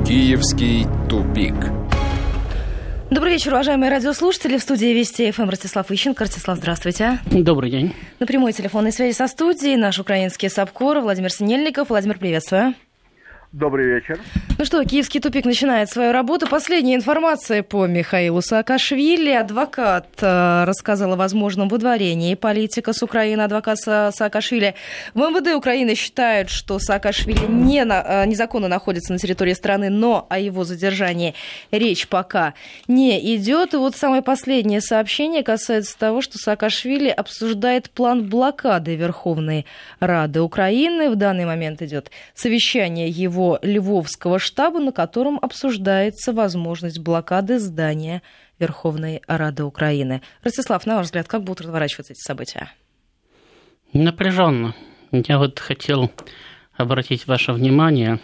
Киевский тупик. Добрый вечер, уважаемые радиослушатели. В студии Вести ФМ Ростислав Ищенко. Ростислав, здравствуйте. Добрый день. На прямой телефонной связи со студией наш украинский САПКОР Владимир Синельников. Владимир, приветствую. Добрый вечер. Ну что, Киевский тупик начинает свою работу. Последняя информация по Михаилу Саакашвили. Адвокат рассказал о возможном выдворении политика с Украины. Адвокат Саакашвили. В МВД Украины считают, что Саакашвили незаконно находится на территории страны, но о его задержании речь пока не идет. И вот самое последнее сообщение касается того, что Саакашвили обсуждает план блокады Верховной Рады Украины. В данный момент идет совещание его Львовского штаба, на котором обсуждается возможность блокады здания Верховной Рады Украины. Ростислав, на ваш взгляд, как будут разворачиваться эти события? Напряженно. Я вот хотел обратить ваше внимание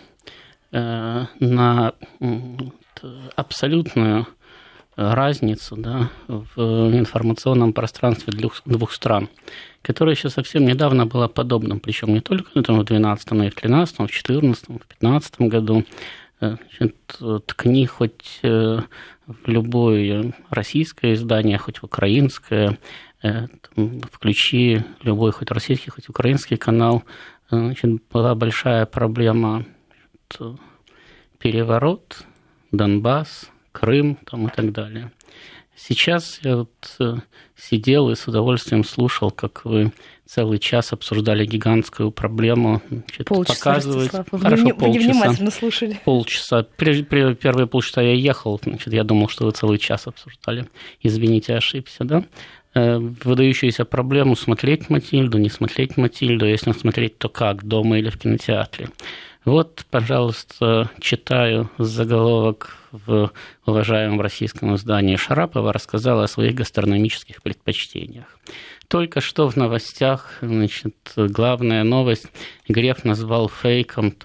на абсолютную разницу, да, в информационном пространстве двух стран, которая еще совсем недавно была подобным, причем не только в 2012, но и в 2013, в 2014, в 2015 году. Ткни хоть в любое российское издание, хоть в украинское, включи любой хоть российский, хоть украинский канал, была большая проблема переворот, Донбасс, Крым там, и так далее. Сейчас я вот сидел и с удовольствием слушал, как вы целый час обсуждали гигантскую проблему. Полчаса, Ростислав, вы внимательно слушали. Полчаса. Первые полчаса я ехал, я думал, что вы целый час обсуждали. Извините, ошибся, да? Выдающуюся проблему смотреть Матильду, не смотреть Матильду, если смотреть, то как, дома или в кинотеатре. Вот, пожалуйста, читаю заголовок в уважаемом российском издании. Шарапова рассказала о своих гастрономических предпочтениях. Только что в новостях, главная новость, Греф назвал фейком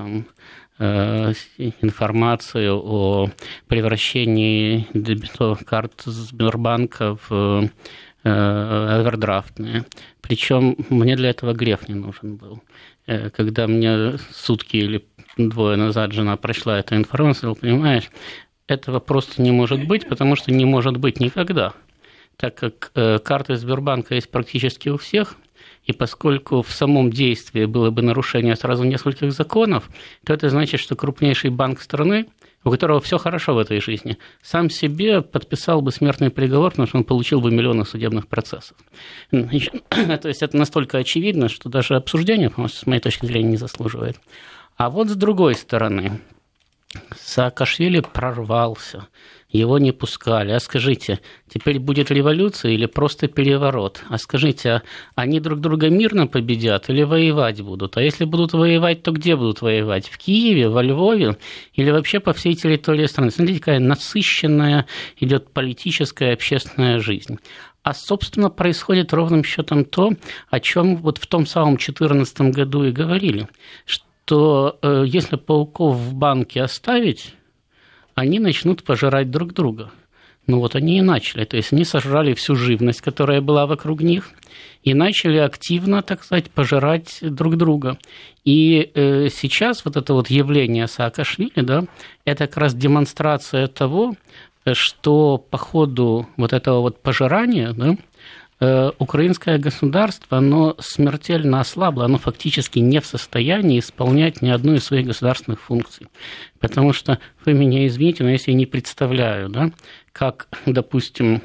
информацию о превращении дебетовых карт Сбербанка в овердрафтные. Причем мне для этого Греф не нужен был. Когда мне сутки или двое назад жена прочла эту информацию, понимаешь, этого просто не может быть, потому что не может быть никогда. Так как карты Сбербанка есть практически у всех, и поскольку в самом действии было бы нарушение сразу нескольких законов, то это значит, что крупнейший банк страны, у которого все хорошо в этой жизни, сам себе подписал бы смертный приговор, потому что он получил бы миллионы судебных процессов. То есть это настолько очевидно, что даже обсуждение, с моей точки зрения, не заслуживает. А вот с другой стороны, Саакашвили прорвался, его не пускали. А скажите, теперь будет революция или просто переворот? А скажите, они друг друга мирно победят или воевать будут? А если будут воевать, то где будут воевать? В Киеве, во Львове или вообще по всей территории страны? Смотрите, какая насыщенная идет политическая и общественная жизнь. А, собственно, происходит ровным счетом то, о чем вот в том самом 2014 году и говорили, что если пауков в банке оставить, они начнут пожирать друг друга. Ну вот они и начали. То есть они сожрали всю живность, которая была вокруг них, и начали активно, так сказать, пожирать друг друга. И сейчас вот это вот явление Саакашвили, да, это как раз демонстрация того, что по ходу вот этого вот пожирания, да, украинское государство, оно смертельно ослабло, оно фактически не в состоянии исполнять ни одну из своих государственных функций. Потому что, вы меня извините, но если я не представляю, да, как, допустим,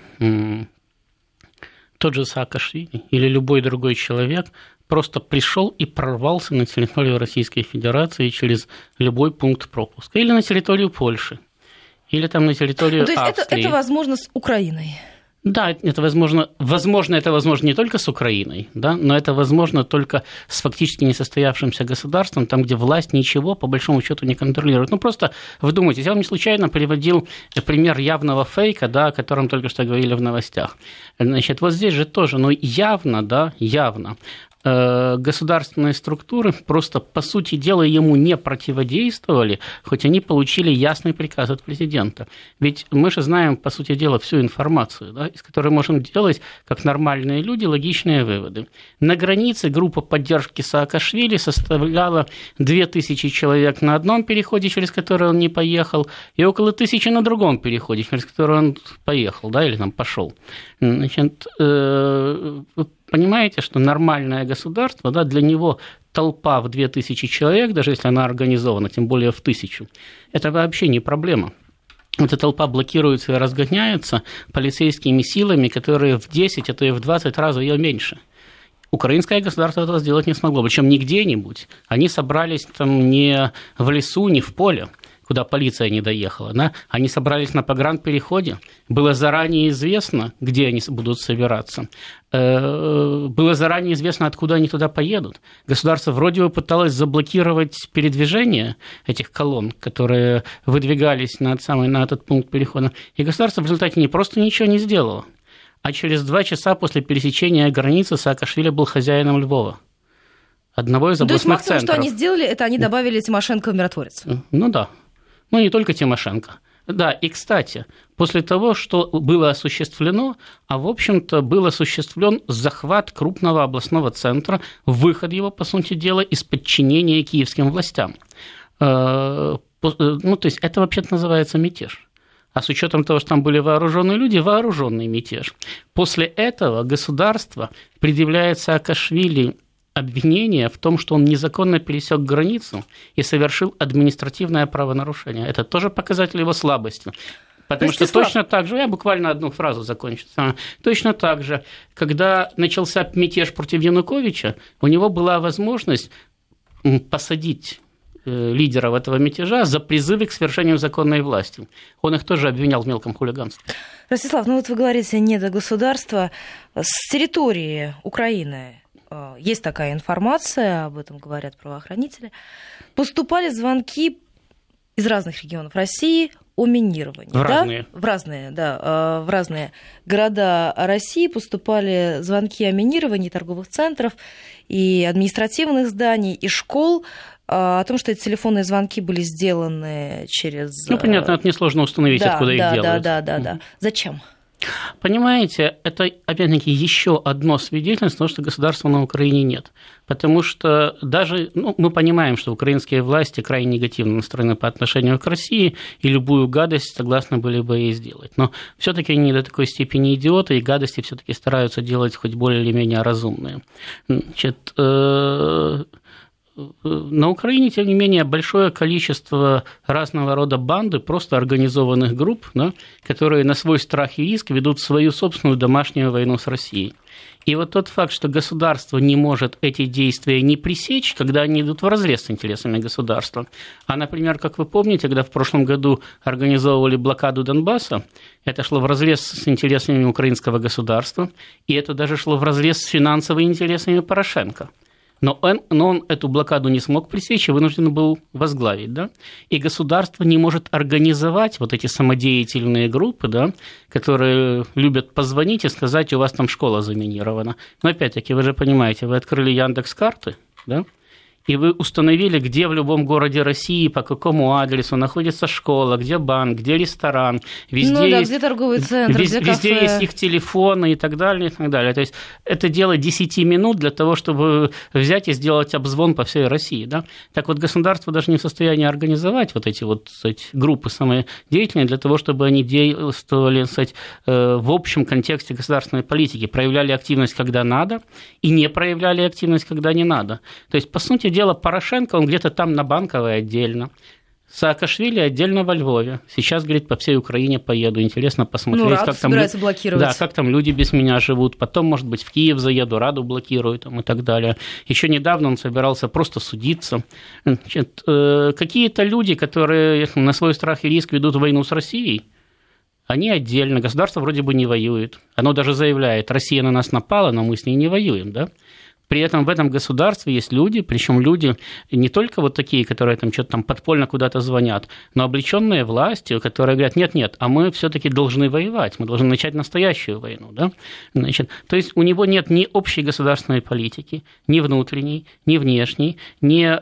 тот же Саакашвили или любой другой человек просто пришел и прорвался на территорию Российской Федерации через любой пункт пропуска. Или на территорию Польши, или там на территорию Австрии. То есть это возможно с Украиной? Да, это возможно не только с Украиной, да, но это возможно только с фактически несостоявшимся государством, там, где власть ничего, по большому счету, не контролирует. Ну, просто вдумайтесь, я вам не случайно приводил пример явного фейка, да, о котором только что говорили в новостях. Значит, вот здесь же тоже, явно, да, явно. государственные структуры просто, по сути дела, ему не противодействовали, хоть они получили ясный приказ от президента. Ведь мы же знаем, по сути дела, всю информацию, да, из которой можем делать, как нормальные люди, логичные выводы. На границе группа поддержки Саакашвили составляла 2000 человек на одном переходе, через который он не поехал, и около 1000 на другом переходе, через который он поехал, да, или там пошел. Значит, вы понимаете, что нормальное государство, да, для него толпа в 2000 человек, даже если она организована, тем более в 1000, это вообще не проблема. Эта толпа блокируется и разгоняется полицейскими силами, которые в 10, а то и в 20 раз ее меньше. Украинское государство этого сделать не смогло, причем не где-нибудь. Они собрались там не в лесу, не в поле, куда полиция не доехала, да? Они собрались на погранпереходе, было заранее известно, где они будут собираться, было заранее известно, откуда они туда поедут. Государство вроде бы пыталось заблокировать передвижение этих колонн, которые выдвигались на этот пункт перехода, и государство в результате не просто ничего не сделало, а через 2 часа после пересечения границы Саакашвили был хозяином Львова, одного из областных центров. То есть максимум, что они сделали, это они добавили Тимошенко в миротворец? Ну да. Ну, не только Тимошенко. Да, и, кстати, после того, что было осуществлено, а, в общем-то, был осуществлен захват крупного областного центра, выход его, по сути дела, из подчинения киевским властям. Ну, то есть, это вообще-то называется мятеж. А с учетом того, что там были вооруженные люди, вооруженный мятеж. После этого государство предъявляет Саакашвили обвинение в том, что он незаконно пересек границу и совершил административное правонарушение. Это тоже показатель его слабости. Потому что точно так же, я буквально одну фразу закончу, точно так же, когда начался мятеж против Януковича, у него была возможность посадить лидеров этого мятежа за призывы к свершению законной власти. Он их тоже обвинял в мелком хулиганстве. Ростислав, ну вот вы говорите, не до государства. С территории Украины есть такая информация, об этом говорят правоохранители. Поступали звонки из разных регионов России о минировании. В разные города России поступали звонки о минировании торговых центров и административных зданий, и школ, о том, что эти телефонные звонки были сделаны через... Ну, понятно, это несложно установить, откуда их делают. Да. Зачем? Понимаете, это, опять-таки, еще одно свидетельство того, что государства на Украине нет. Потому что даже мы понимаем, что украинские власти крайне негативно настроены по отношению к России, и любую гадость согласны были бы ей сделать. Но все-таки они до такой степени идиоты, и гадости все-таки стараются делать хоть более или менее разумные. Значит, на Украине, тем не менее, большое количество разного рода банды, просто организованных групп, да, которые на свой страх и риск ведут свою собственную домашнюю войну с Россией. И вот тот факт, что государство не может эти действия не пресечь, когда они идут вразрез с интересами государства. А, например, как вы помните, когда в прошлом году организовывали блокаду Донбасса, это шло вразрез с интересами украинского государства, и это даже шло вразрез с финансовыми интересами Порошенко. Но он эту блокаду не смог пресечь и вынужден был возглавить. Да? И государство не может организовать вот эти самодеятельные группы, да, которые любят позвонить и сказать, у вас там школа заминирована. Но опять-таки, вы же понимаете, вы открыли Яндекс.Карты, да? И вы установили, где в любом городе России, по какому адресу находится школа, где банк, где ресторан, везде, есть, где торговый центр, где кафе. Везде есть их телефоны и так далее, и так далее. То есть это дело 10 минут для того, чтобы взять и сделать обзвон по всей России. Да? Так вот, государство даже не в состоянии организовать вот эти группы самодеятельные для того, чтобы они действовали, в общем контексте государственной политики, проявляли активность, когда надо, и не проявляли активность, когда не надо. То есть, по сути дела, Порошенко, он где-то там на Банковой отдельно, Саакашвили отдельно во Львове. Сейчас, говорит, по всей Украине поеду, интересно посмотреть, как там, как там люди без меня живут. Потом, может быть, в Киев заеду, Раду блокирую там, и так далее. Еще недавно он собирался просто судиться. Значит, какие-то люди, которые на свой страх и риск ведут войну с Россией, они отдельно, государство вроде бы не воюет. Оно даже заявляет, Россия на нас напала, но мы с ней не воюем, да? При этом в этом государстве есть люди, причем люди не только вот такие, которые там что-то там подпольно куда-то звонят, но облеченные властью, которые говорят, нет, а мы все-таки должны воевать, мы должны начать настоящую войну. Да? Значит, то есть у него нет ни общей государственной политики, ни внутренней, ни внешней, ни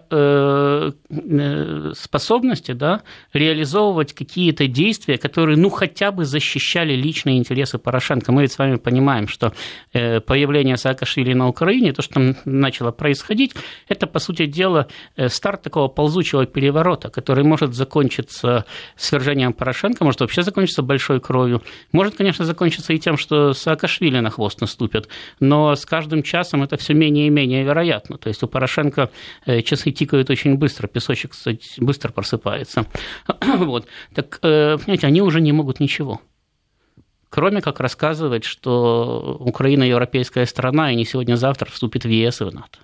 способности, да, реализовывать какие-то действия, которые хотя бы защищали личные интересы Порошенко. Мы ведь с вами понимаем, что появление Саакашвили на Украине, то, что там начало происходить, это, по сути дела, старт такого ползучего переворота, который может закончиться свержением Порошенко, может вообще закончиться большой кровью, может, конечно, закончиться и тем, что Саакашвили на хвост наступит, но с каждым часом это все менее и менее вероятно. То есть у Порошенко часы тикают очень быстро, песочек, кстати, быстро просыпается. Вот. Так, понимаете, они уже не могут ничего. Кроме как рассказывать, что Украина европейская страна, и не сегодня-завтра вступит в ЕС и в НАТО.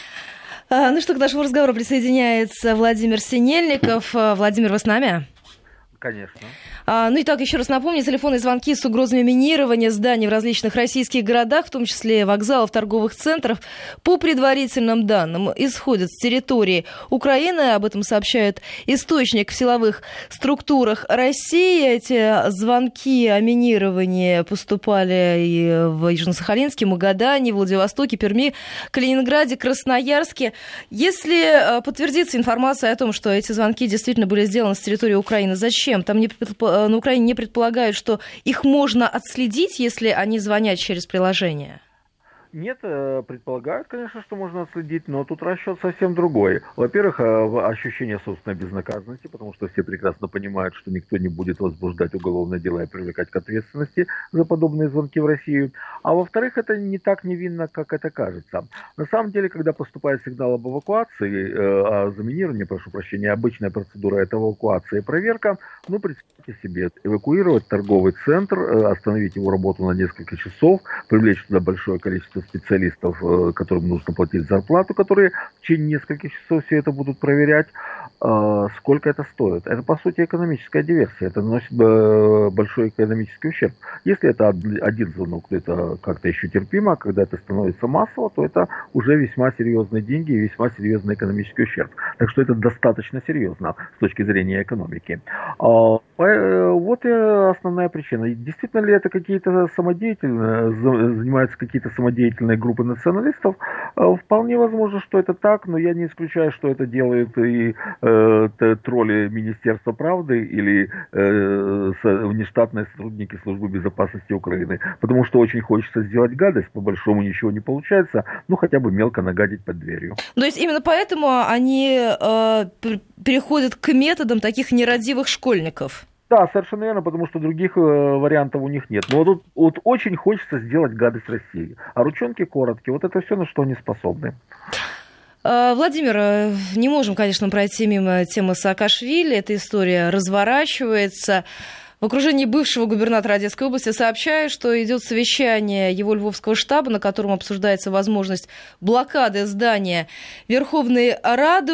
Ну что, к нашему разговору присоединяется Владимир Синельников. Владимир, вы с нами? Конечно. Ну и так, еще раз напомню, телефонные звонки с угрозами минирования зданий в различных российских городах, в том числе вокзалов, торговых центров, по предварительным данным, исходят с территории Украины. Об этом сообщает источник в силовых структурах России. Эти звонки о минировании поступали и в Южно-Сахалинске, Магадане, Владивостоке, Перми, Калининграде, Красноярске. Если подтвердится информация о том, что эти звонки действительно были сделаны с территории Украины, зачем? Там на Украине не предполагают, что их можно отследить, если они звонят через приложение? Нет, предполагают, конечно, что можно отследить, но тут расчет совсем другой. Во-первых, ощущение собственной безнаказанности, потому что все прекрасно понимают, что никто не будет возбуждать уголовное дело и привлекать к ответственности за подобные звонки в Россию. А во-вторых, это не так невинно, как это кажется. На самом деле, когда поступает сигнал об эвакуации, о заминировании, прошу прощения, обычная процедура — это эвакуация и проверка. Ну, представьте себе, эвакуировать торговый центр, остановить его работу на несколько часов, привлечь туда большое количество специалистов, которым нужно платить зарплату, которые в течение нескольких часов все это будут проверять. Сколько это стоит? Это, по сути, экономическая диверсия. Это наносит большой экономический ущерб. Если это один звонок, то это как-то еще терпимо, а когда это становится массово, то это уже весьма серьезные деньги и весьма серьезный экономический ущерб. Так что это достаточно серьезно с точки зрения экономики. Вот и основная причина. Действительно ли это какие-то занимаются какие-то самодеятельные группы националистов? Вполне возможно, что это так, но я не исключаю, что это делают и тролли Министерства правды или внештатные сотрудники Службы безопасности Украины. Потому что очень хочется сделать гадость, по большому ничего не получается, ну хотя бы мелко нагадить под дверью. То есть именно поэтому они переходят к методам таких нерадивых школьников? Да, совершенно верно, потому что других вариантов у них нет. Но тут вот очень хочется сделать гадость России. А ручонки короткие, вот это все, на что они способны. Владимир, не можем, конечно, пройти мимо темы Саакашвили. Эта история разворачивается. В окружении бывшего губернатора Одесской области сообщают, что идет совещание его Львовского штаба, на котором обсуждается возможность блокады здания Верховной Рады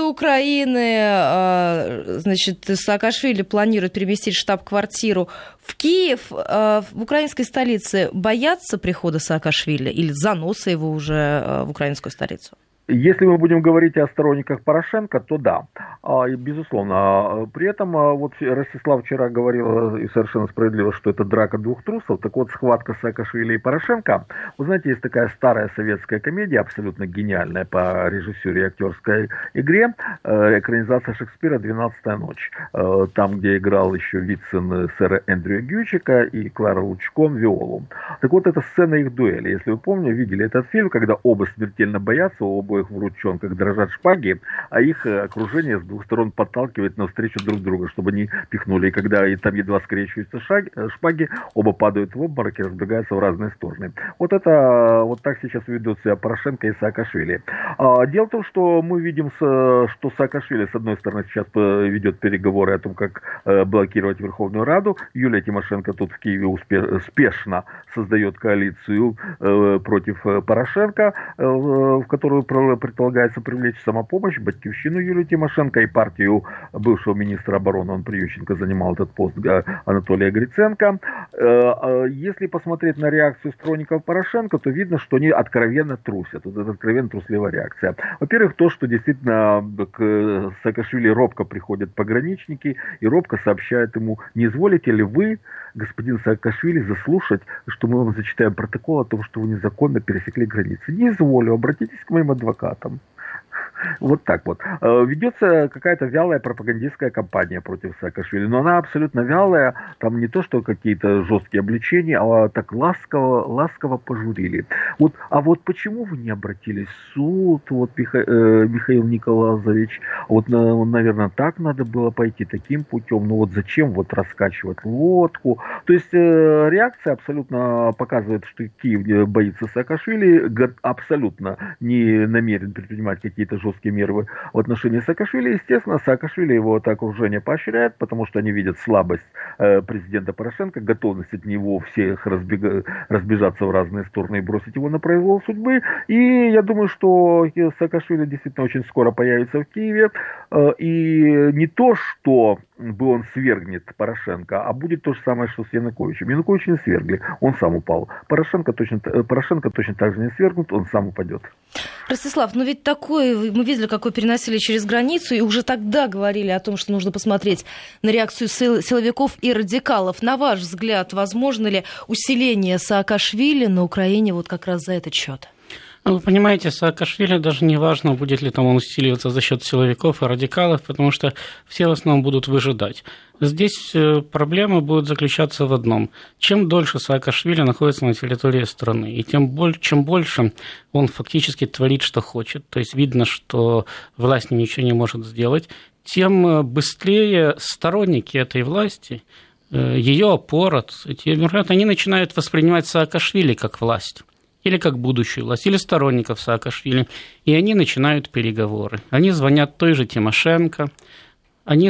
Украины. Значит, Саакашвили планирует переместить штаб-квартиру в Киев. В украинской столице боятся прихода Саакашвили или заноса его уже в украинскую столицу? Если мы будем говорить о сторонниках Порошенко, то да, безусловно. При этом вот Ростислав вчера говорил, и совершенно справедливо, что это драка двух трусов. Так вот, схватка Саакашвили и Порошенко. Вы знаете, есть такая старая советская комедия, абсолютно гениальная по режиссуре и актерской игре, экранизация Шекспира «12-я ночь». Там, где играл еще Вицин сэра Эндрю Гючика и Клара Лучком Виолу. Так вот, это сцена их дуэли. Если вы помните, видели этот фильм, когда оба смертельно боятся, оба их в ручонках дрожат шпаги, а их окружение с двух сторон подталкивает навстречу друг друга, чтобы не пихнули. И когда и там едва скрещиваются шпаги, оба падают в обморок и разбегаются в разные стороны. Вот так сейчас ведут себя Порошенко и Саакашвили. Дело в том, что мы видим, что Саакашвили, с одной стороны, сейчас ведет переговоры о том, как блокировать Верховную Раду. Юлия Тимошенко тут в Киеве успешно создает коалицию против Порошенко, в которую предполагается привлечь самопомощь, Батькивщину Юлию Тимошенко и партию бывшего министра обороны, он при Ющенко занимал этот пост, Анатолия Гриценко. Если посмотреть на реакцию сторонников Порошенко, то видно, что они откровенно трусят. Вот это откровенно трусливая реакция. Во-первых, то, что действительно к Саакашвили робко приходят пограничники и робко сообщают ему: не изволите ли вы, господин Саакашвили, заслушать, что мы вам зачитаем протокол о том, что вы незаконно пересекли границы? Не изволю, обратитесь к моим адвокатам. Вот так вот. Ведется какая-то вялая пропагандистская кампания против Саакашвили, но она абсолютно вялая, там не то, что какие-то жесткие обличения, а так ласково пожурили. Вот, а вот почему вы не обратились в суд, вот, Михаил Николазович, вот, наверное, так надо было пойти, таким путем, ну вот зачем вот раскачивать лодку? То есть реакция абсолютно показывает, что Киев боится Саакашвили, абсолютно не намерен предпринимать какие-то жесткие меры в отношении Саакашвили. Естественно, Саакашвили его это окружение поощряет, потому что они видят слабость президента Порошенко, готовность от него всех разбежаться в разные стороны и бросить его на произвол судьбы. И я думаю, что Саакашвили действительно очень скоро появится в Киеве. И не то, что бы он свергнет Порошенко, а будет то же самое, что с Януковичем. Януковича не свергли, он сам упал. Порошенко точно так же не свергнут, он сам упадет. Ростислав, ну ведь такое, мы видели, какой переносили через границу, и уже тогда говорили о том, что нужно посмотреть на реакцию силовиков и радикалов. На ваш взгляд, возможно ли усиление Саакашвили на Украине вот как раз за этот счет? Вы понимаете, Саакашвили даже не важно, будет ли там он усиливаться за счет силовиков и радикалов, потому что все в основном будут выжидать. Здесь проблема будет заключаться в одном. Чем дольше Саакашвили находится на территории страны, и чем больше он фактически творит, что хочет, то есть видно, что власть ничего не может сделать, тем быстрее сторонники этой власти, ее опора, они начинают воспринимать Саакашвили как власть. Или как будущую власть, или сторонников Саакашвили, и они начинают переговоры. Они звонят той же Тимошенко, они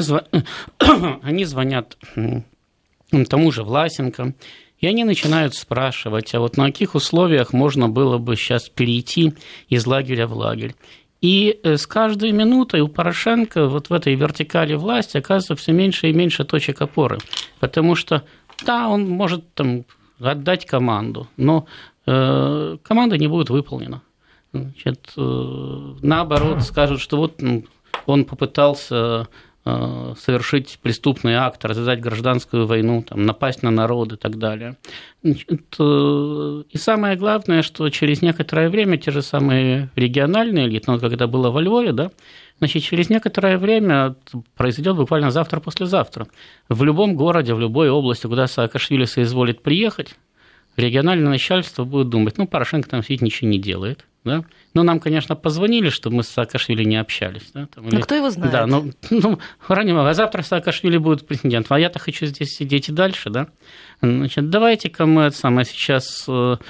звонят тому же Власенко, и они начинают спрашивать, а вот на каких условиях можно было бы сейчас перейти из лагеря в лагерь. И с каждой минутой у Порошенко вот в этой вертикали власти оказывается все меньше и меньше точек опоры, потому что, да, он может там отдать команду, но команда не будет выполнена. Значит, наоборот, скажут, что вот он попытался совершить преступный акт, развязать гражданскую войну, там, напасть на народ и так далее. Значит, и самое главное, что через некоторое время те же самые региональные элиты, ну, как это было во Львове, да, значит, через некоторое время произойдет буквально завтра-послезавтра. В любом городе, в любой области, куда Саакашвили соизволит приехать, региональное начальство будет думать, ну, Порошенко там сидит, ничего не делает, да. Но нам, конечно, позвонили, чтобы мы с Саакашвили не общались. Да, там, или... Но кто его знает? Да, а завтра Саакашвили будет президентом, а я-то хочу здесь сидеть и дальше, да. Значит, давайте-ка мы сейчас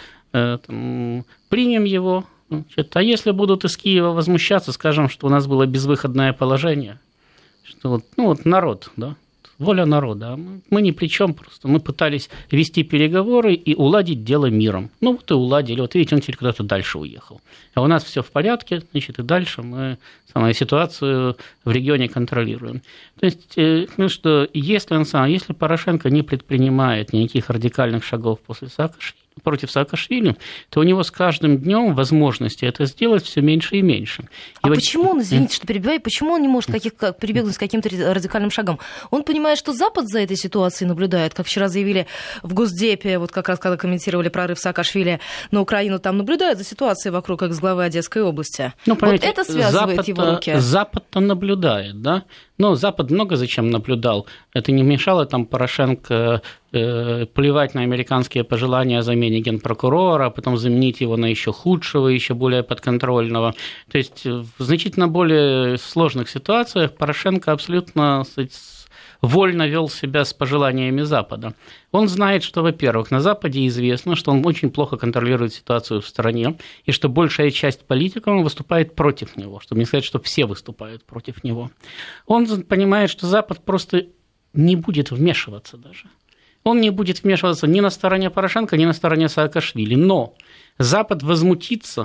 примем его, значит, а если будут из Киева возмущаться, скажем, что у нас было безвыходное положение, что народ, да. Воля народа. Мы ни при чем просто. Мы пытались вести переговоры и уладить дело миром. Ну, вот и уладили. Вот видите, он теперь куда-то дальше уехал. А у нас все в порядке, значит, и дальше мы ситуацию в регионе контролируем. То есть, если Порошенко не предпринимает никаких радикальных шагов против Саакашвили, то у него с каждым днем возможности это сделать все меньше и меньше. Почему он, извините, что перебиваю, почему он не может прибегнуть к каким-то радикальным шагам? Он понимает, что Запад за этой ситуацией наблюдает, как вчера заявили в Госдепе, вот как раз когда комментировали прорыв Саакашвили на Украину, там наблюдают за ситуацией вокруг экс-главы Одесской области. Вот это связывает его руки. Запад-то наблюдает, да? Но Запад много зачем наблюдал. Это не мешало там Порошенко плевать на американские пожелания о замене генпрокурора, а потом заменить его на еще худшего, еще более подконтрольного. То есть в значительно более сложных ситуациях Порошенко абсолютно вольно вел себя с пожеланиями Запада. Он знает, что, во-первых, на Западе известно, что он очень плохо контролирует ситуацию в стране, и что большая часть политиков выступает против него, чтобы не сказать, что все выступают против него. Он понимает, что Запад просто не будет вмешиваться даже. Он не будет вмешиваться ни на стороне Порошенко, ни на стороне Саакашвили. Но Запад возмутится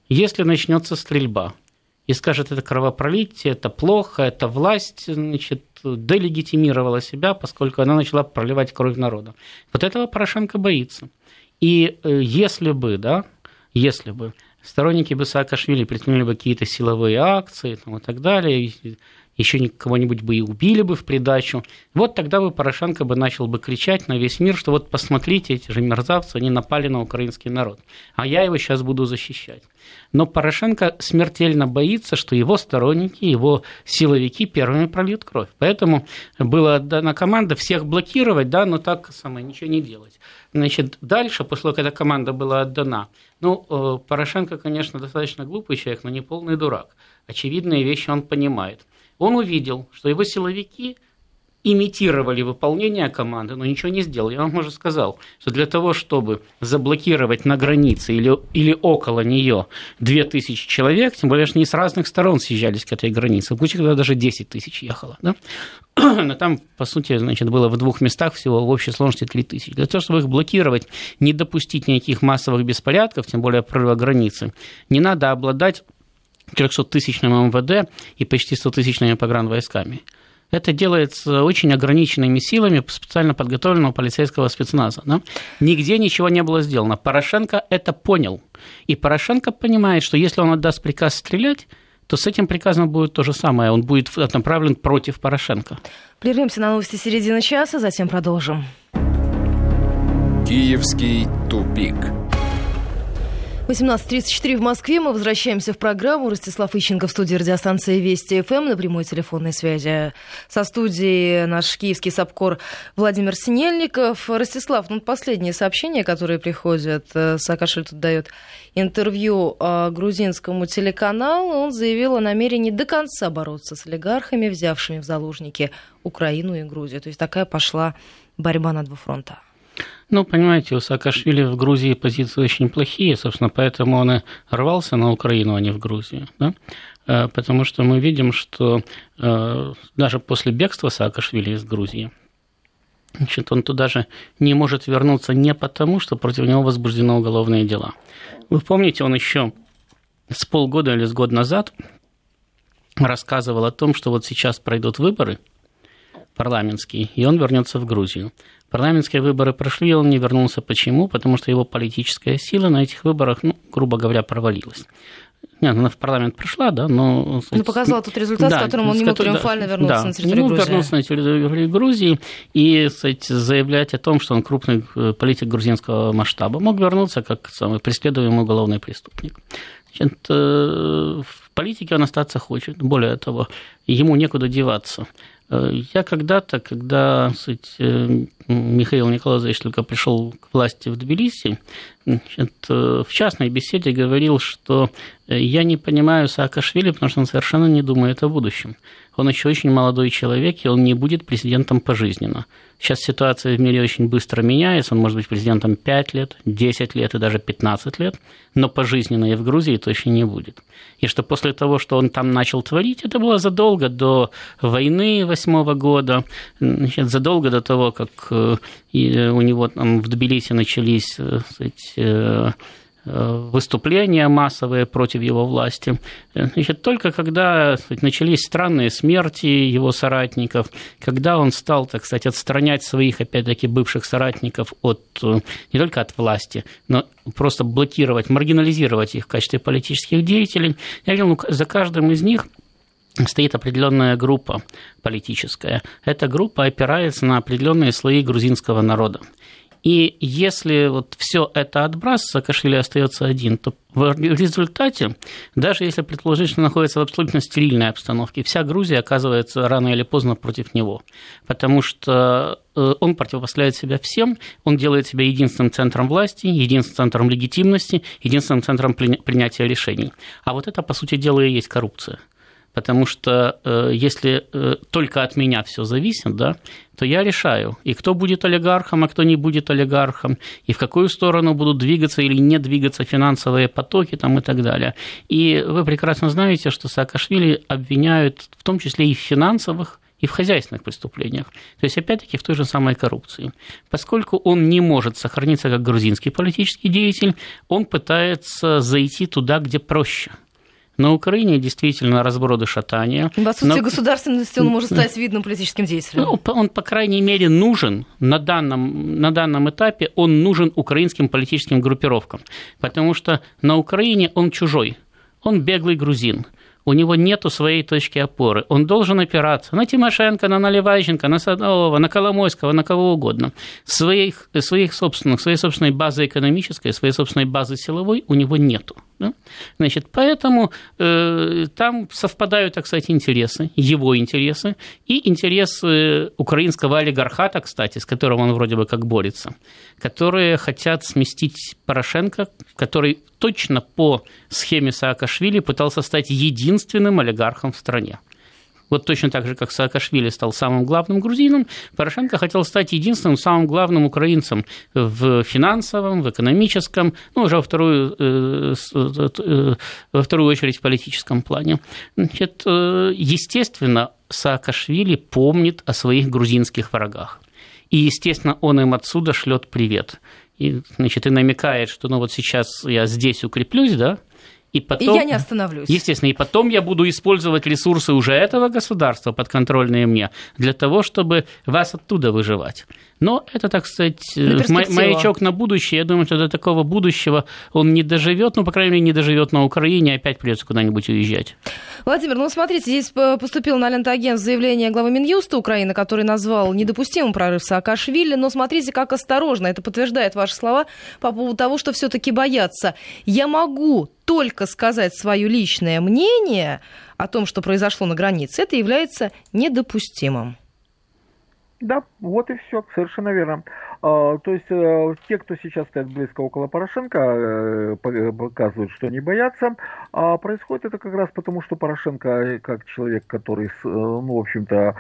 если начнется стрельба и скажет, это кровопролитие, это плохо, это власть, значит, делегитимировала себя, поскольку она начала проливать кровь народа. Вот этого Порошенко боится. И если бы сторонники бы Саакашвили предприняли бы какие-то силовые акции там, и так далее, еще кого-нибудь бы и убили бы в придачу, вот тогда бы Порошенко бы начал бы кричать на весь мир, что вот посмотрите, эти же мерзавцы, они напали на украинский народ, а я его сейчас буду защищать. Но Порошенко смертельно боится, что его сторонники, его силовики первыми прольют кровь. Поэтому была отдана команда всех блокировать, да, но так ничего не делать. Значит, дальше, после того, когда команда была отдана, Порошенко, конечно, достаточно глупый человек, но не полный дурак. Очевидные вещи он понимает. Он увидел, что его силовики имитировали выполнение команды, но ничего не сделали. Я вам уже сказал, что для того, чтобы заблокировать на границе или около нее 2000 человек, тем более, что они с разных сторон съезжались к этой границе, в случае, когда даже 10 тысяч ехало, да? Но там, по сути, значит, было в 2 местах всего в общей сложности 3000. Для того, чтобы их блокировать, не допустить никаких массовых беспорядков, тем более прорыва границы, не надо обладать 300-тысячным МВД и почти 100-тысячными погранвойсками. Это делается очень ограниченными силами специально подготовленного полицейского спецназа. Да? Нигде ничего не было сделано. Порошенко это понял. И Порошенко понимает, что если он отдаст приказ стрелять, то с этим приказом будет то же самое. Он будет направлен против Порошенко. Прервемся на новости середины часа, затем продолжим. Киевский тупик. 18:34 в Москве. Мы возвращаемся в программу. Ростислав Ищенко в студии радиостанции Вести ФМ. На прямой телефонной связи со студией наш киевский САПКОР Владимир Синельников. Ростислав, последние сообщения, которые приходят, Саакашвили тут дает интервью грузинскому телеканалу. Он заявил о намерении до конца бороться с олигархами, взявшими в заложники Украину и Грузию. То есть такая пошла борьба на 2 фронтах. Понимаете, у Саакашвили в Грузии позиции очень плохие, собственно, поэтому он и рвался на Украину, а не в Грузию, да? Потому что мы видим, что даже после бегства Саакашвили из Грузии, значит, он туда же не может вернуться не потому, что против него возбуждены уголовные дела. Вы помните, он еще с полгода или с год назад рассказывал о том, что вот сейчас пройдут выборы парламентские, и он вернется в Грузию. Парламентские выборы прошли, и он не вернулся. Почему? Потому что его политическая сила на этих выборах, грубо говоря, провалилась. Нет, она в парламент пришла, да, но... показала тот результат, с которым он не мог триумфально вернуться на территорию Грузии. Вернулся на территорию Грузии и заявлять о том, что он крупный политик грузинского масштаба. Мог вернуться как преследуемый уголовный преступник. Значит, в политике он остаться хочет. Более того, ему некуда деваться. Я когда-то, когда Михаил Николаевич только пришел к власти в Тбилиси, в частной беседе говорил, что я не понимаю Саакашвили, потому что он совершенно не думает о будущем. Он еще очень молодой человек, и он не будет президентом пожизненно. Сейчас ситуация в мире очень быстро меняется, он может быть президентом 5 лет, 10 лет и даже 15 лет, но пожизненно и в Грузии точно не будет. И что после того, что он там начал творить, это было задолго до войны 2008 года, значит, задолго до того, как у него там в Тбилиси начались выступления массовые против его власти. Значит, только когда начались странные смерти его соратников, когда он стал, так сказать, отстранять своих, опять-таки, бывших соратников не только от власти, но просто блокировать, маргинализировать их в качестве политических деятелей, я говорил, за каждым из них стоит определенная группа политическая. Эта группа опирается на определенные слои грузинского народа. И если все это отбрасывать, Саакашвили остается один, то в результате, даже если предположить, что находится в абсолютно стерильной обстановке, вся Грузия оказывается рано или поздно против него, потому что он противопоставляет себя всем, он делает себя единственным центром власти, единственным центром легитимности, единственным центром принятия решений. А это, по сути дела, и есть коррупция. Потому что если только от меня все зависит, да, то я решаю, и кто будет олигархом, а кто не будет олигархом, и в какую сторону будут двигаться или не двигаться финансовые потоки там, и так далее. И вы прекрасно знаете, что Саакашвили обвиняют в том числе и в финансовых, и в хозяйственных преступлениях. То есть, опять-таки, в той же самой коррупции. Поскольку он не может сохраниться как грузинский политический деятель, он пытается зайти туда, где проще. На Украине действительно разброды шатания. В отсутствии государственности он может стать видным политическим деятелем. Ну, он, по крайней мере, нужен на данном этапе, он нужен украинским политическим группировкам, потому что на Украине он чужой, он беглый грузин. У него нету своей точки опоры. Он должен опираться на Тимошенко, на Наливайченко, на Садового, на Коломойского, на кого угодно. Своей собственной базы экономической, своей собственной базы силовой у него нету. Да? Значит, поэтому там совпадают, так сказать, интересы, его интересы и интересы украинского олигархата, кстати, с которым он вроде бы как борется, которые хотят сместить Порошенко, который точно по схеме Саакашвили пытался стать единственным олигархом в стране. Вот точно так же, как Саакашвили стал самым главным грузином, Порошенко хотел стать единственным самым главным украинцем в финансовом, в экономическом, ну, уже во вторую очередь в политическом плане. Значит, естественно, Саакашвили помнит о своих грузинских врагах. И, естественно, он им отсюда шлет привет. И, значит, и намекает, что ну вот сейчас я здесь укреплюсь, да, и потом, и я не остановлюсь. Естественно, и потом я буду использовать ресурсы уже этого государства, подконтрольные мне, для того, чтобы вас оттуда выживать. Но это, так сказать, маячок на будущее. Я думаю, что до такого будущего он не доживет, ну, по крайней мере, не доживет на Украине, опять придется куда-нибудь уезжать. Владимир, ну, смотрите, здесь поступило на Лента-Агентство заявление главы Минюста Украины, который назвал недопустимым прорыв Саакашвили, но смотрите, как осторожно, это подтверждает ваши слова по поводу того, что все-таки боятся. Я могу только сказать свое личное мнение о том, что произошло на границе, это является недопустимым. Да, вот и все, совершенно верно. То есть те, кто сейчас стоят близко около Порошенко, показывают, что они боятся. А происходит это как раз потому, что Порошенко, как человек, который, ну, в общем-то,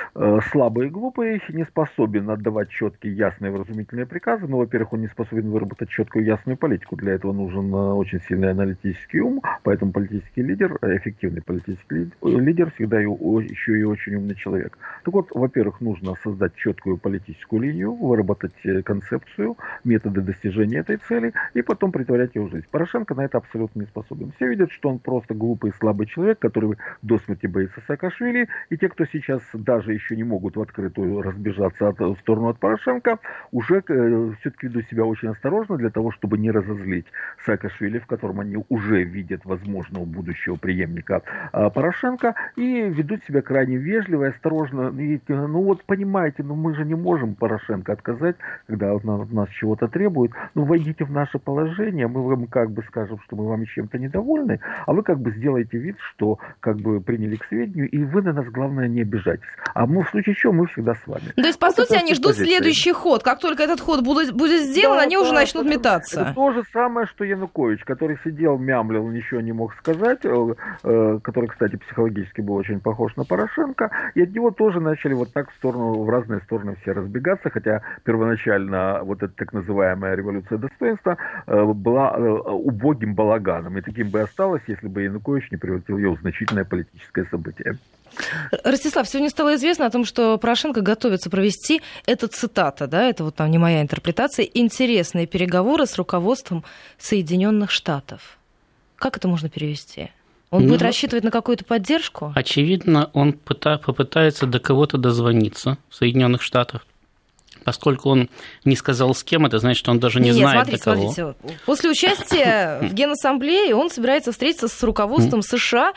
слабый и глупый, не способен отдавать четкие, ясные, вразумительные приказы. Ну, во-первых, он не способен выработать четкую, ясную политику. Для этого нужен очень сильный аналитический ум. Поэтому политический лидер, эффективный политический лидер, всегда еще и очень умный человек. Так вот, во-первых, нужно создать четкую политическую линию, выработать концепцию, методы достижения этой цели и потом притворять ее в жизнь. Порошенко на это абсолютно не способен. Все видят, что он просто глупый и слабый человек, который до смерти боится Саакашвили, и те, кто сейчас даже еще не могут в открытую разбежаться в сторону от Порошенко, уже все-таки ведут себя очень осторожно для того, чтобы не разозлить Саакашвили, в котором они уже видят возможного будущего преемника Порошенко, и ведут себя крайне вежливо и осторожно. И, ну вот понимаете, ну мы же не можем Порошенко отказать, когда он от нас чего-то требует. Ну войдите в наше положение, мы вам как бы скажем, что мы вам чем-то недовольны, а вы как бы сделаете вид, что как бы приняли к сведению, и вы на нас, главное, не обижайтесь. А мы в случае чего, мы всегда с вами. То есть, по сути, они ждут следующий ход. Как только этот ход будет сделан, да, они уже начнут метаться. Это то же самое, что Янукович, который сидел, мямлил, ничего не мог сказать, который, кстати, психологически был очень похож на Порошенко, и от него тоже начали вот так в разные стороны все разбегаться, хотя первоначально вот эта так называемая революция достоинства была убогим балаганом, и таким бы осталось, если бы Янукович не превратил ее в значительное политическое событие. Ростислав, сегодня стало известно о том, что Порошенко готовится провести, это цитата, да, это вот там не моя интерпретация, интересные переговоры с руководством Соединенных Штатов. Как это можно перевести? Он будет рассчитывать на какую-то поддержку? Очевидно, он попытается до кого-то дозвониться в Соединенных Штатах. Поскольку он не сказал с кем, это значит, что он даже не знает, до кого. Смотрите. После участия в Генассамблее он собирается встретиться с руководством США.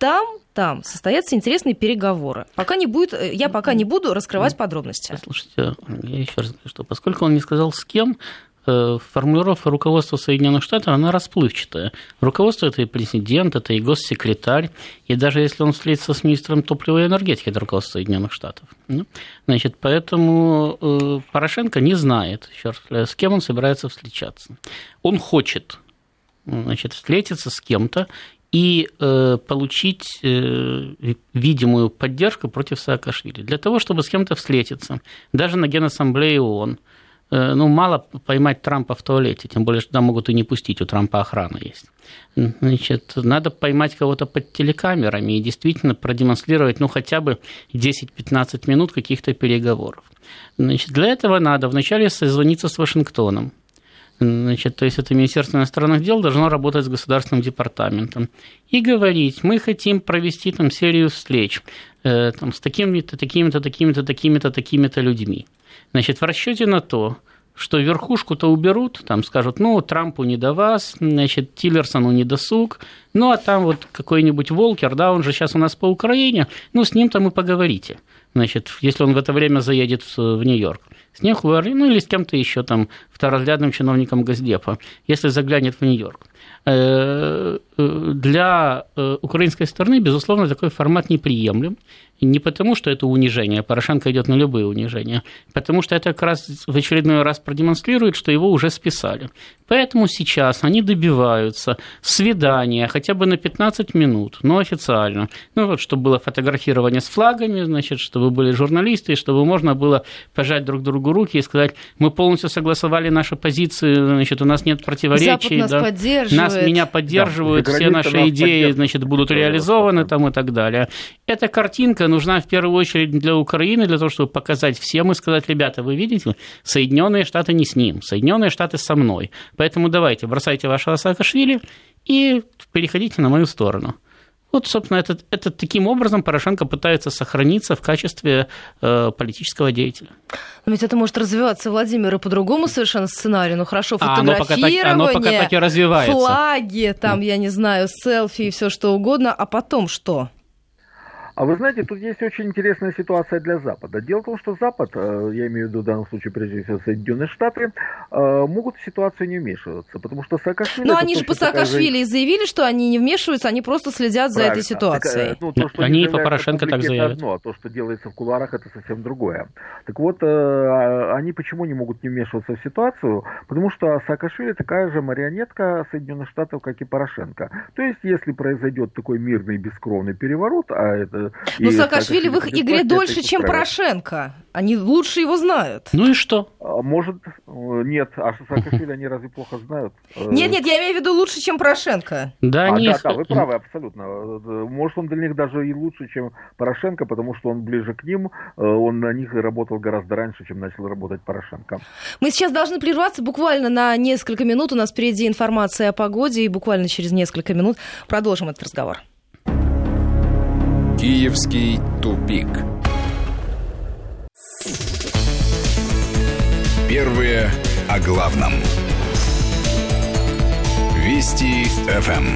Там состоятся интересные переговоры. Я пока не буду раскрывать подробности. Слушайте, я еще раз говорю, что поскольку он не сказал с кем, формулировка руководства Соединенных Штатов, она расплывчатая. Руководство – это и президент, это и госсекретарь, и даже если он встретится с министром топлива и энергетики, это руководство Соединенных Штатов. Значит, поэтому Порошенко не знает, еще раз, с кем он собирается встречаться. Он хочет, значит, встретиться с кем-то и получить видимую поддержку против Саакашвили. Для того, чтобы с кем-то встретиться, даже на Генассамблее ООН, мало поймать Трампа в туалете, тем более, что туда могут и не пустить, у Трампа охрана есть. Значит, надо поймать кого-то под телекамерами и действительно продемонстрировать, хотя бы 10-15 минут каких-то переговоров. Значит, для этого надо вначале созвониться с Вашингтоном. Значит, то есть это Министерство иностранных дел должно работать с Государственным департаментом и говорить, мы хотим провести там серию встреч с такими-то, такими-то, такими-то, такими-то, такими-то людьми. Значит, в расчете на то, что верхушку-то уберут, там скажут, Трампу не до вас, значит, Тиллерсону не досуг, а там вот какой-нибудь Волкер, да, он же сейчас у нас по Украине, с ним там и поговорите. Значит, если он в это время заедет в Нью-Йорк. С ним или с кем-то еще там, второразрядным чиновником Госдепа, если заглянет в Нью-Йорк. Для украинской стороны, безусловно, такой формат неприемлем. Не потому, что это унижение, Порошенко идет на любые унижения, потому что это как раз в очередной раз продемонстрирует, что его уже списали. Поэтому сейчас они добиваются свидания хотя бы на 15 минут, но официально. Чтобы было фотографирование с флагами, значит, чтобы были журналисты, чтобы можно было пожать друг другу руки и сказать, мы полностью согласовали наши позиции, значит, у нас нет противоречий. Запад нас поддерживает. Меня поддерживают, все наши идеи, значит, будут реализованы там и так далее. Эта картинка нужна в первую очередь для Украины, для того, чтобы показать всем и сказать, ребята, вы видите, Соединенные Штаты не с ним, Соединенные Штаты со мной. Поэтому давайте, бросайте вашего Саакашвили и переходите на мою сторону. Собственно, это таким образом Порошенко пытается сохраниться в качестве политического деятеля. Но ведь это может развиваться, Владимир, и по другому совершенно сценарию. Хорошо, фотографирование, оно пока так и развивается. Флаги, там, я не знаю, селфи и все что угодно, а потом что? А вы знаете, тут есть очень интересная ситуация для Запада. Дело в том, что Запад, я имею в виду в данном случае прежде всего Соединенные Штаты, могут в ситуацию не вмешиваться, потому что Саакашвили... Но они же по Саакашвили и заявили, что они не вмешиваются, они просто следят за этой ситуацией. Они и по Порошенко так заявят. Одно, а то, что делается в кулуарах, это совсем другое. Так вот, они почему не могут не вмешиваться в ситуацию? Потому что Саакашвили такая же марионетка Соединенных Штатов, как и Порошенко. То есть, если произойдет такой мирный бескровный переворот, а это... Но Саакашвили в их игре дольше, чем Порошенко. Они лучше его знают. И что? Может, нет. А Саакашвили они разве плохо знают? Нет, я имею в виду лучше, чем Порошенко. Да, вы правы, абсолютно. Может, он для них даже и лучше, чем Порошенко, потому что он ближе к ним, он на них работал гораздо раньше, чем начал работать Порошенко. Мы сейчас должны прерваться буквально на несколько минут. У нас впереди информация о погоде, и буквально через несколько минут продолжим этот разговор. Киевский тупик. Первые о главном. Вести ФМ.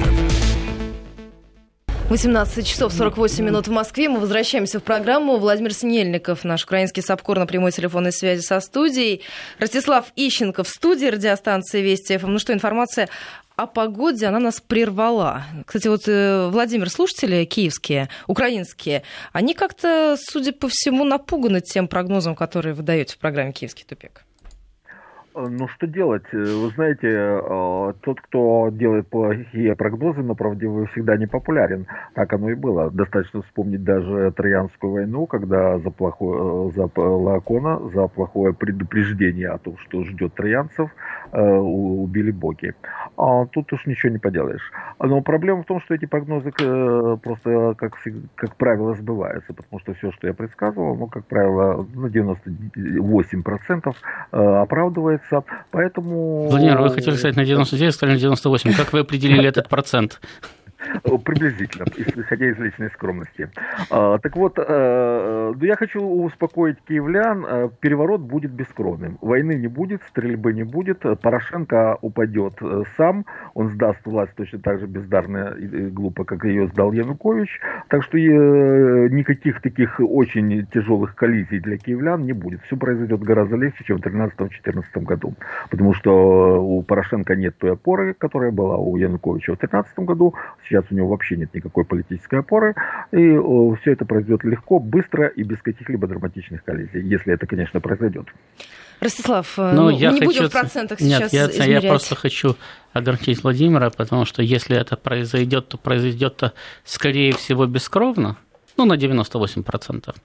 18 часов 48 минут в Москве. Мы возвращаемся в программу. Владимир Синельников, наш украинский САПКОР, на прямой телефонной связи со студией. Ростислав Ищенко в студии радиостанции Вести ФМ. Информация о погоде, она нас прервала. Кстати, Владимир, слушатели киевские, украинские, они как-то, судя по всему, напуганы тем прогнозом, который вы даете в программе «Киевский тупик». Что делать? Вы знаете, тот, кто делает плохие прогнозы, но правдивый, всегда не популярен. Так оно и было. Достаточно вспомнить даже Троянскую войну, когда за Лаокона, за плохое предупреждение о том, что ждет троянцев, убили боги. Тут уж ничего не поделаешь. Но проблема в том, что эти прогнозы просто, как правило, сбываются, потому что все, что я предсказывал, как правило, на 98% оправдывается. Поэтому... Владимир, вы хотели сказать на 99, сказали на 98. Как вы определили этот процент? Приблизительно, исходя из личной скромности. Так вот, я хочу успокоить киевлян, переворот будет бескровным. Войны не будет, стрельбы не будет, Порошенко упадет сам, он сдаст власть точно так же бездарно и глупо, как ее сдал Янукович. Так что никаких таких очень тяжелых коллизий для киевлян не будет. Все произойдет гораздо легче, чем в 2013-2014 году. Потому что у Порошенко нет той опоры, которая была у Януковича в 2013 году. Сейчас у него вообще нет никакой политической опоры, и все это произойдет легко, быстро и без каких-либо драматичных коллизий, если это, конечно, произойдет. Ростислав, мы не будем в процентах сейчас измерять. Я просто хочу огорчить Владимира, потому что если это произойдет, то произойдет-то, скорее всего, бескровно, на 98%.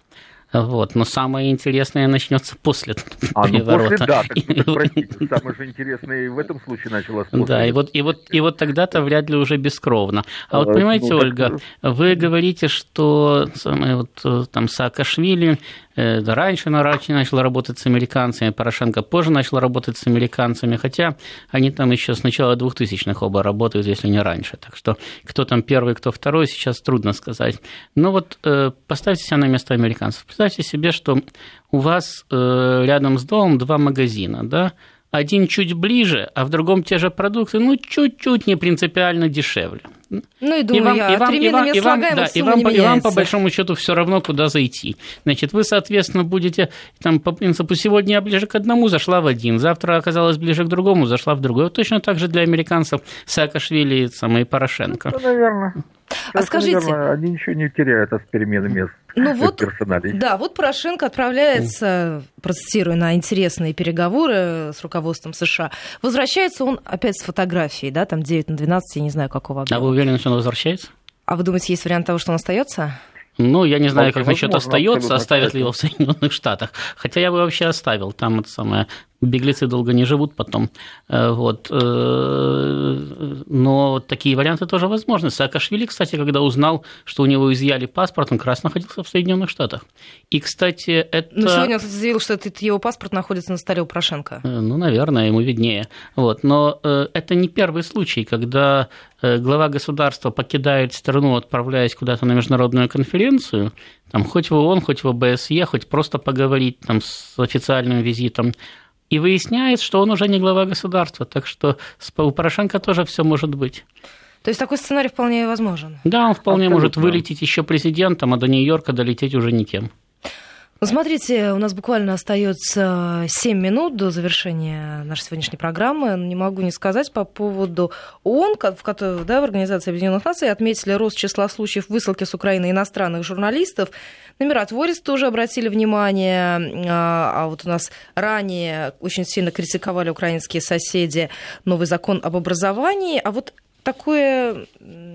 Вот. Но самое интересное начнется после переворота. После, да, так, простите, самое же интересное и в этом случае началось после. Да, и вот тогда-то вряд ли уже бескровно. А вот понимаете, Ольга, вы говорите, что там Саакашвили раньше начал работать с американцами, Порошенко позже начал работать с американцами, хотя они там еще с начала 2000-х оба работают, если не раньше. Так что кто там первый, кто второй, сейчас трудно сказать. Но вот поставьте себя на место американцев. Представьте себе, что у вас рядом с домом 2 магазина, да? Один чуть ближе, а в другом те же продукты, чуть-чуть не принципиально дешевле. Ну и думаю, отременными слагаемых сумма не меняется. И вам, по большому счету, все равно, куда зайти. Значит, вы, соответственно, будете, там, по принципу, сегодня я ближе к одному, зашла в один, завтра оказалась ближе к другому, зашла в другой. Вот точно так же для американцев Саакашвили и Порошенко. Ну, наверное. А скажите... Наверное, они ничего не теряют от перемены мест. Персоналей. Да, вот Порошенко отправляется, процитирую, на интересные переговоры с руководством США. Возвращается он опять с фотографией, да, там 9/12, я не знаю, какого объема. А вы уверены, что он возвращается? А вы думаете, есть вариант того, что он остается? Ну, я не знаю, как насчет остается, оставят ли его в Соединенных Штатах. Хотя я бы вообще оставил. Там это самое, беглецы долго не живут потом. Вот. Но такие варианты тоже возможны. Саакашвили, кстати, когда узнал, что у него изъяли паспорт, он как раз находился в Соединенных Штатах. И, кстати, это... Ну, сегодня он заявил, что его паспорт находится на столе у Порошенко. Ну, наверное, ему виднее. Вот. Но это не первый случай, когда глава государства покидает страну, отправляясь куда-то на международную конференцию, там, хоть в ООН, хоть в ОБСЕ, хоть просто поговорить там, с официальным визитом, и выясняет, что он уже не глава государства. Так что у Порошенко тоже все может быть. То есть такой сценарий вполне возможен? Да, он вполне может вылететь еще президентом, а до Нью-Йорка долететь уже никем. Ну, смотрите, у нас буквально остается 7 минут до завершения нашей сегодняшней программы. Не могу не сказать по поводу ООН, в которой, да, в Организации Объединенных Наций отметили рост числа случаев высылки с Украины иностранных журналистов. На миротворец тоже обратили внимание, а вот у нас ранее очень сильно критиковали украинские соседи новый закон об образовании, а вот такое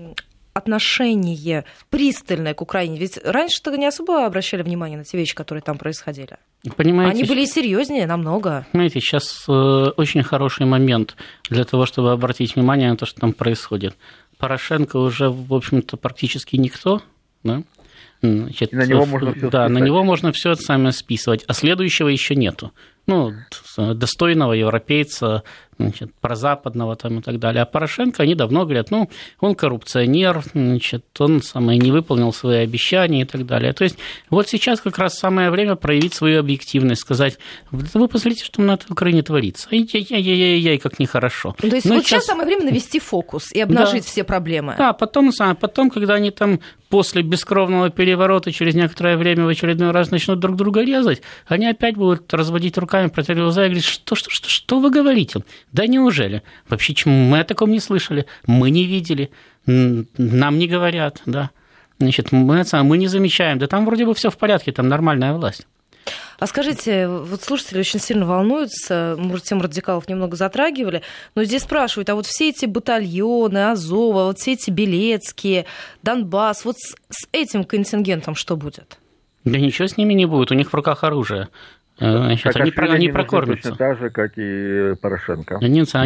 отношение пристальное к Украине. Ведь раньше-то не особо обращали внимание на те вещи, которые там происходили. Понимаете, они были серьезнее намного. Понимаете, сейчас очень хороший момент для того, чтобы обратить внимание на то, что там происходит. Порошенко уже, в общем-то, практически никто, да? Значит, на него можно все да, на него можно все это самое списывать, а следующего еще нету. Ну, достойного европейца, значит, прозападного там и так далее. А Порошенко, они давно говорят, ну, он коррупционер, значит, он не выполнил свои обещания и так далее. То есть вот сейчас как раз самое время проявить свою объективность, сказать, вы посмотрите, что на Украине творится. Ай-яй-яй-яй, как нехорошо. То есть вот сейчас самое время навести фокус и обнажить все проблемы. Да, потом, когда они там после бескровного переворота через некоторое время в очередной раз начнут друг друга резать, они опять будут разводить руками, протягивать глаза и говорить, что вы говорите? Да неужели? Вообще, мы о таком не слышали, мы не видели, нам не говорят, да. Значит, мы не замечаем, да там вроде бы все в порядке, там нормальная власть. А скажите, вот слушатели очень сильно волнуются, может, тему радикалов немного затрагивали, но здесь спрашивают, а вот все эти батальоны, Азова, вот все эти Белецкие, Донбасс, вот с этим контингентом что будет? Да ничего с ними не будет, у них в руках оружие. Значит, они прокормятся. Точно так же, как и Порошенко.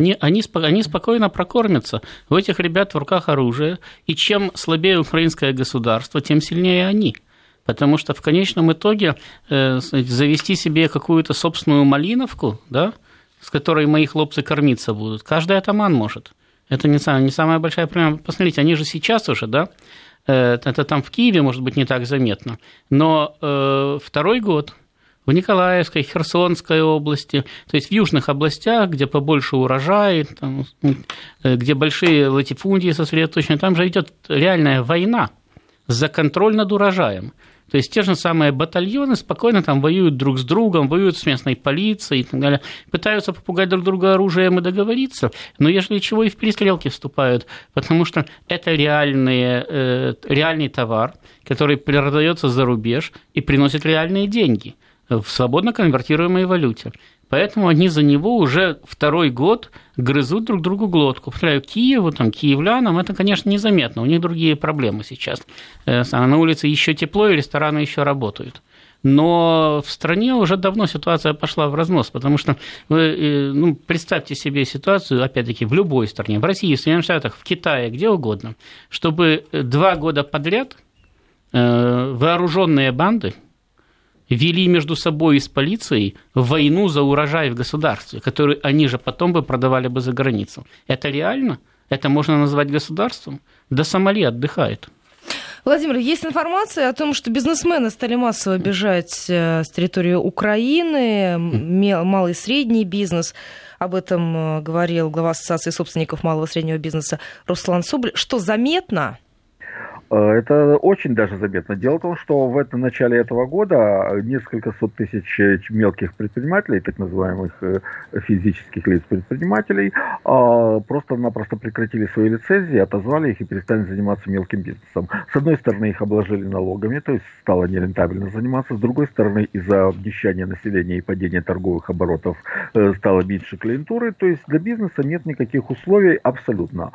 Они спокойно прокормятся. У этих ребят в руках оружие, и чем слабее украинское государство, тем сильнее они. Потому что в конечном итоге завести себе какую-то собственную малиновку, да, с которой мои хлопцы кормиться будут, каждый атаман может. Это не самая большая проблема. Посмотрите, они же сейчас уже, да, это там в Киеве, может быть, не так заметно, но второй год в Николаевской, Херсонской области, то есть в южных областях, где побольше урожай, там, где большие латифундии сосредоточены, там же идет реальная война за контроль над урожаем. То есть те же самые батальоны спокойно там воюют друг с другом, воюют с местной полицией и так далее, пытаются попугать друг друга оружием и договориться, но если чего и в перестрелки вступают, потому что это реальный товар, который продается за рубеж и приносит реальные деньги в свободно конвертируемой валюте. Поэтому они за него уже второй год грызут друг другу глотку. Повторяю, Киеву, там, киевлянам это, конечно, незаметно, у них другие проблемы сейчас. На улице еще тепло, и рестораны еще работают. Но в стране уже давно ситуация пошла в разнос, потому что вы представьте себе ситуацию, опять-таки, в любой стране, в России, в Соединенных Штатах, в Китае, где угодно, чтобы 2 года подряд вооруженные банды вели между собой и с полицией войну за урожай в государстве, который они же потом бы продавали бы за границу. Это реально? Это можно назвать государством? Да Сомали отдыхает. Владимир, есть информация о том, что бизнесмены стали массово бежать с территории Украины, малый и средний бизнес. Об этом говорил глава Ассоциации собственников малого и среднего бизнеса Руслан Соболь. Что заметно? Это очень даже заметно. Дело в том, что в начале этого года несколько сот тысяч мелких предпринимателей, так называемых физических лиц-предпринимателей, просто-напросто прекратили свои лицензии, отозвали их и перестали заниматься мелким бизнесом. С одной стороны, их обложили налогами, то есть стало нерентабельно заниматься. С другой стороны, из-за обнищания населения и падения торговых оборотов стало меньше клиентуры. То есть для бизнеса нет никаких условий абсолютно.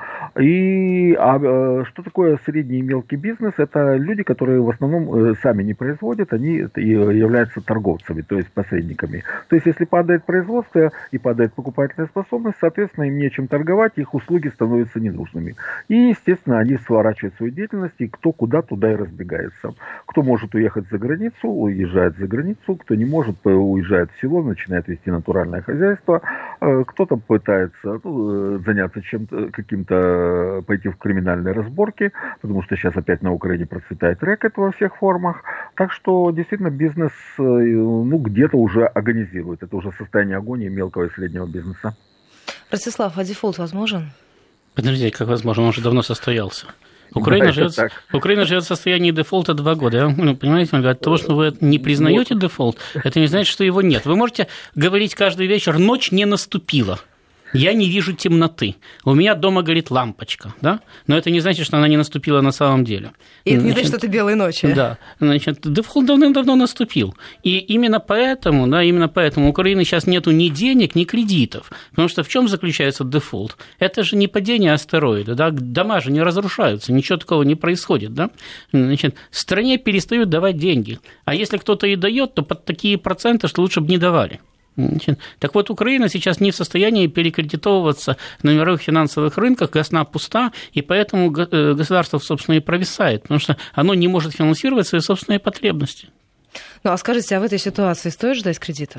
Что такое средний и мелкий бизнес? Это люди, которые в основном сами не производят, они являются торговцами, то есть посредниками. То есть если падает производство и падает покупательная способность, соответственно, им нечем торговать, их услуги становятся ненужными. И, естественно, они сворачивают свою деятельность, и кто куда, туда и разбегается. Кто может уехать за границу, уезжает за границу, кто не может, уезжает в село, начинает вести натуральное хозяйство, кто-то пытается заняться чем-то, каким-то, пойти в криминальные разборки, потому что сейчас опять на Украине процветает рэкет во всех формах. Так что действительно бизнес где-то уже агонизирует. Это уже состояние агонии мелкого и среднего бизнеса. Ростислав, а дефолт возможен? Подождите, как возможно? Он уже давно состоялся. Украина живет в состоянии дефолта 2 года. Понимаете, от того, что вы не признаете дефолт, это не значит, что его нет. Вы можете говорить каждый вечер: ночь не наступила. Я не вижу темноты. У меня дома горит лампочка, да? Но это не значит, что она не наступила на самом деле. И это не значит, что это белые ночи. Да. Дефолт давным-давно наступил. И именно поэтому у Украины сейчас нету ни денег, ни кредитов. Потому что в чем заключается дефолт? Это же не падение астероида, да? Дома же не разрушаются, ничего такого не происходит, да? Стране перестают давать деньги. А если кто-то и дает, то под такие проценты, что лучше бы не давали. Так вот, Украина сейчас не в состоянии перекредитовываться на мировых финансовых рынках, казна пуста, и поэтому государство, собственно, и провисает, потому что оно не может финансировать свои собственные потребности. Ну, а скажите, а в этой ситуации стоит ждать кредитов?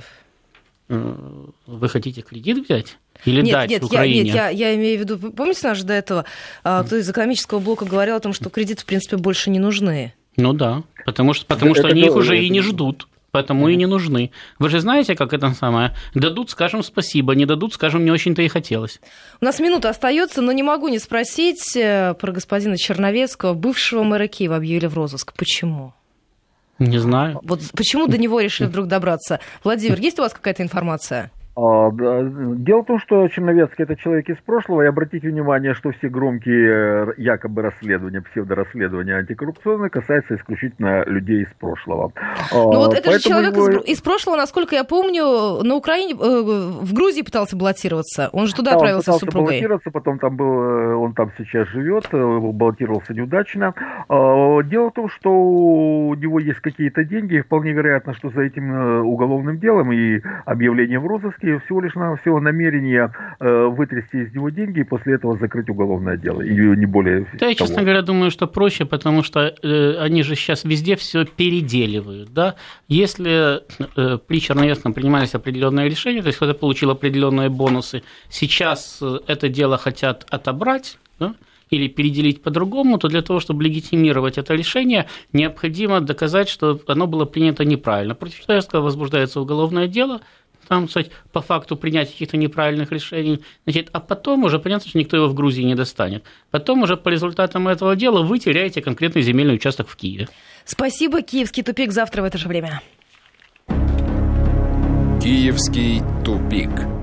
Вы хотите кредит взять? Или дать Украине? Я имею в виду, помните, нас же до этого кто из экономического блока говорил о том, что кредиты, в принципе, больше не нужны? Ну да, потому что они их уже и не ждут. Поэтому и не нужны. Вы же знаете, как это самое? Дадут, скажем спасибо, не дадут, скажем, не очень-то и хотелось. У нас минута остается, но не могу не спросить про господина Черновецкого, бывшего мэра Киева, объявили в розыск. Почему? Не знаю. Вот почему до него решили вдруг добраться? Владимир, есть у вас какая-то информация? Дело в том, что Черновецкий — это человек из прошлого, и обратите внимание, что все громкие якобы расследования, псевдорасследования антикоррупционные касаются исключительно людей из прошлого. Ну вот это же человек из прошлого, насколько я помню, на Украине, в Грузии пытался баллотироваться, он же туда отправился с супругой. Баллотироваться, потом он там сейчас живет, баллотировался неудачно. Дело в том, что у него есть какие-то деньги, и вполне вероятно, что за этим уголовным делом и объявлением в розыске всего лишь навсего намерение вытрясти из него деньги и после этого закрыть уголовное дело. И не более того. Да, я, честно говоря, думаю, что проще, потому что они же сейчас везде все переделивают. Да? Если при Черновецком принимались определенные решения, то есть кто-то получил определенные бонусы, сейчас это дело хотят отобрать, да? Или переделить по-другому, то для того, чтобы легитимировать это решение, необходимо доказать, что оно было принято неправильно. Против Черновецкого возбуждается уголовное дело, там, кстати, по факту принятия каких-то неправильных решений, а потом уже понятно, что никто его в Грузии не достанет. Потом уже по результатам этого дела вы теряете конкретный земельный участок в Киеве. Спасибо. Киевский тупик завтра в это же время. Киевский тупик.